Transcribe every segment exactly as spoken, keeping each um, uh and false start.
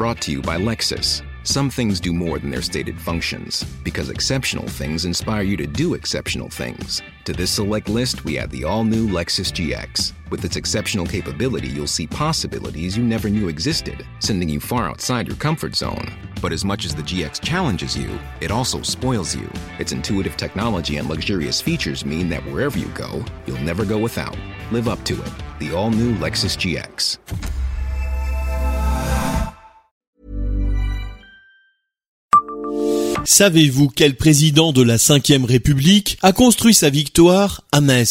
Brought to you by Lexus. Some things do more than their stated functions, because exceptional things inspire you to do exceptional things. To this select list, we add the all-new Lexus G X. With its exceptional capability, you'll see possibilities you never knew existed, sending you far outside your comfort zone. But as much as the G X challenges you, it also spoils you. Its intuitive technology and luxurious features mean that wherever you go, you'll never go without. Live up to it. The all-new Lexus G X. Savez-vous quel président de la cinquième République a construit sa victoire à Metz ?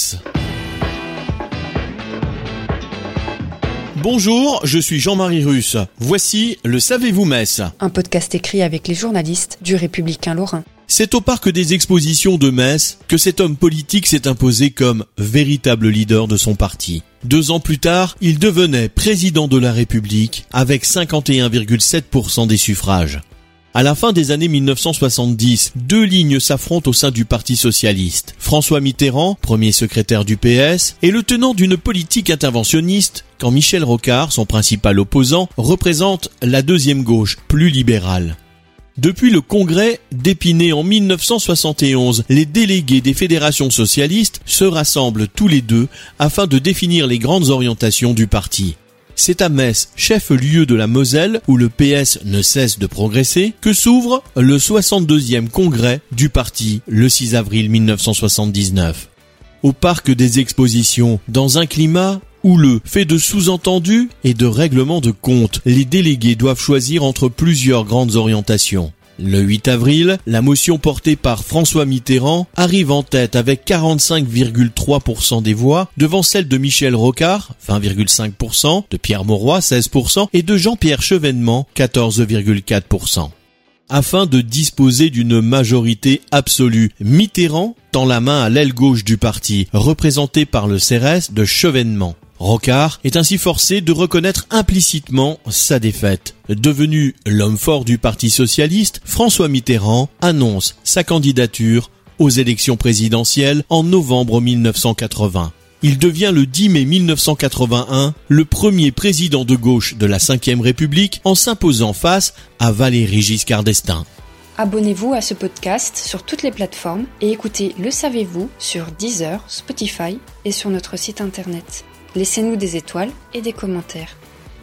Bonjour, je suis Jean-Marie Russe. Voici le Savez-vous Metz ? Un podcast écrit avec les journalistes du Républicain Lorrain. C'est au Parc des Expositions de Metz que cet homme politique s'est imposé comme véritable leader de son parti. Deux ans plus tard, il devenait président de la République avec cinquante et un virgule sept pour cent des suffrages. À la fin des années mille neuf cent soixante-dix, deux lignes s'affrontent au sein du Parti socialiste. François Mitterrand, premier secrétaire du P S, est le tenant d'une politique interventionniste, quand Michel Rocard, son principal opposant, représente la deuxième gauche, plus libérale. Depuis le congrès d'Épinay en mille neuf cent soixante et onze, les délégués des fédérations socialistes se rassemblent tous les deux afin de définir les grandes orientations du parti. C'est à Metz, chef-lieu de la Moselle, où le P S ne cesse de progresser, que s'ouvre le soixante-deuxième congrès du parti le six avril mille neuf cent soixante-dix-neuf. Au Parc des Expositions, dans un climat houleux, fait de sous-entendus et de règlements de compte, les délégués doivent choisir entre plusieurs grandes orientations. Le huit avril, la motion portée par François Mitterrand arrive en tête avec quarante-cinq virgule trois pour cent des voix, devant celle de Michel Rocard, vingt virgule cinq pour cent, de Pierre Mauroy, seize pour cent, et de Jean-Pierre Chevènement, quatorze virgule quatre pour cent. Afin de disposer d'une majorité absolue, Mitterrand tend la main à l'aile gauche du parti, représentée par le C R S de Chevènement. Rocard est ainsi forcé de reconnaître implicitement sa défaite. Devenu l'homme fort du Parti socialiste, François Mitterrand annonce sa candidature aux élections présidentielles en novembre mille neuf cent quatre-vingts. Il devient le dix mai mille neuf cent quatre-vingt-un le premier président de gauche de la cinquième République en s'imposant face à Valéry Giscard d'Estaing. Abonnez-vous à ce podcast sur toutes les plateformes et écoutez Le Savez-vous sur Deezer, Spotify et sur notre site internet. Laissez-nous des étoiles et des commentaires.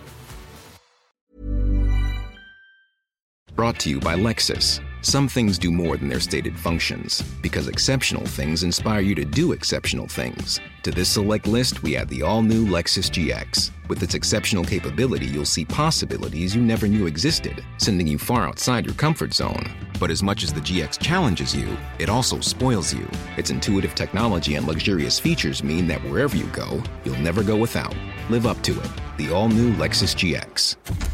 Brought to you by Lexus. Some things do more than their stated functions, because exceptional things inspire you to do exceptional things. To this select list, we add the all-new Lexus G X. With its exceptional capability, you'll see possibilities you never knew existed, sending you far outside your comfort zone. But as much as the G X challenges you, it also spoils you. Its intuitive technology and luxurious features mean that wherever you go, you'll never go without. Live up to it. The all-new Lexus G X.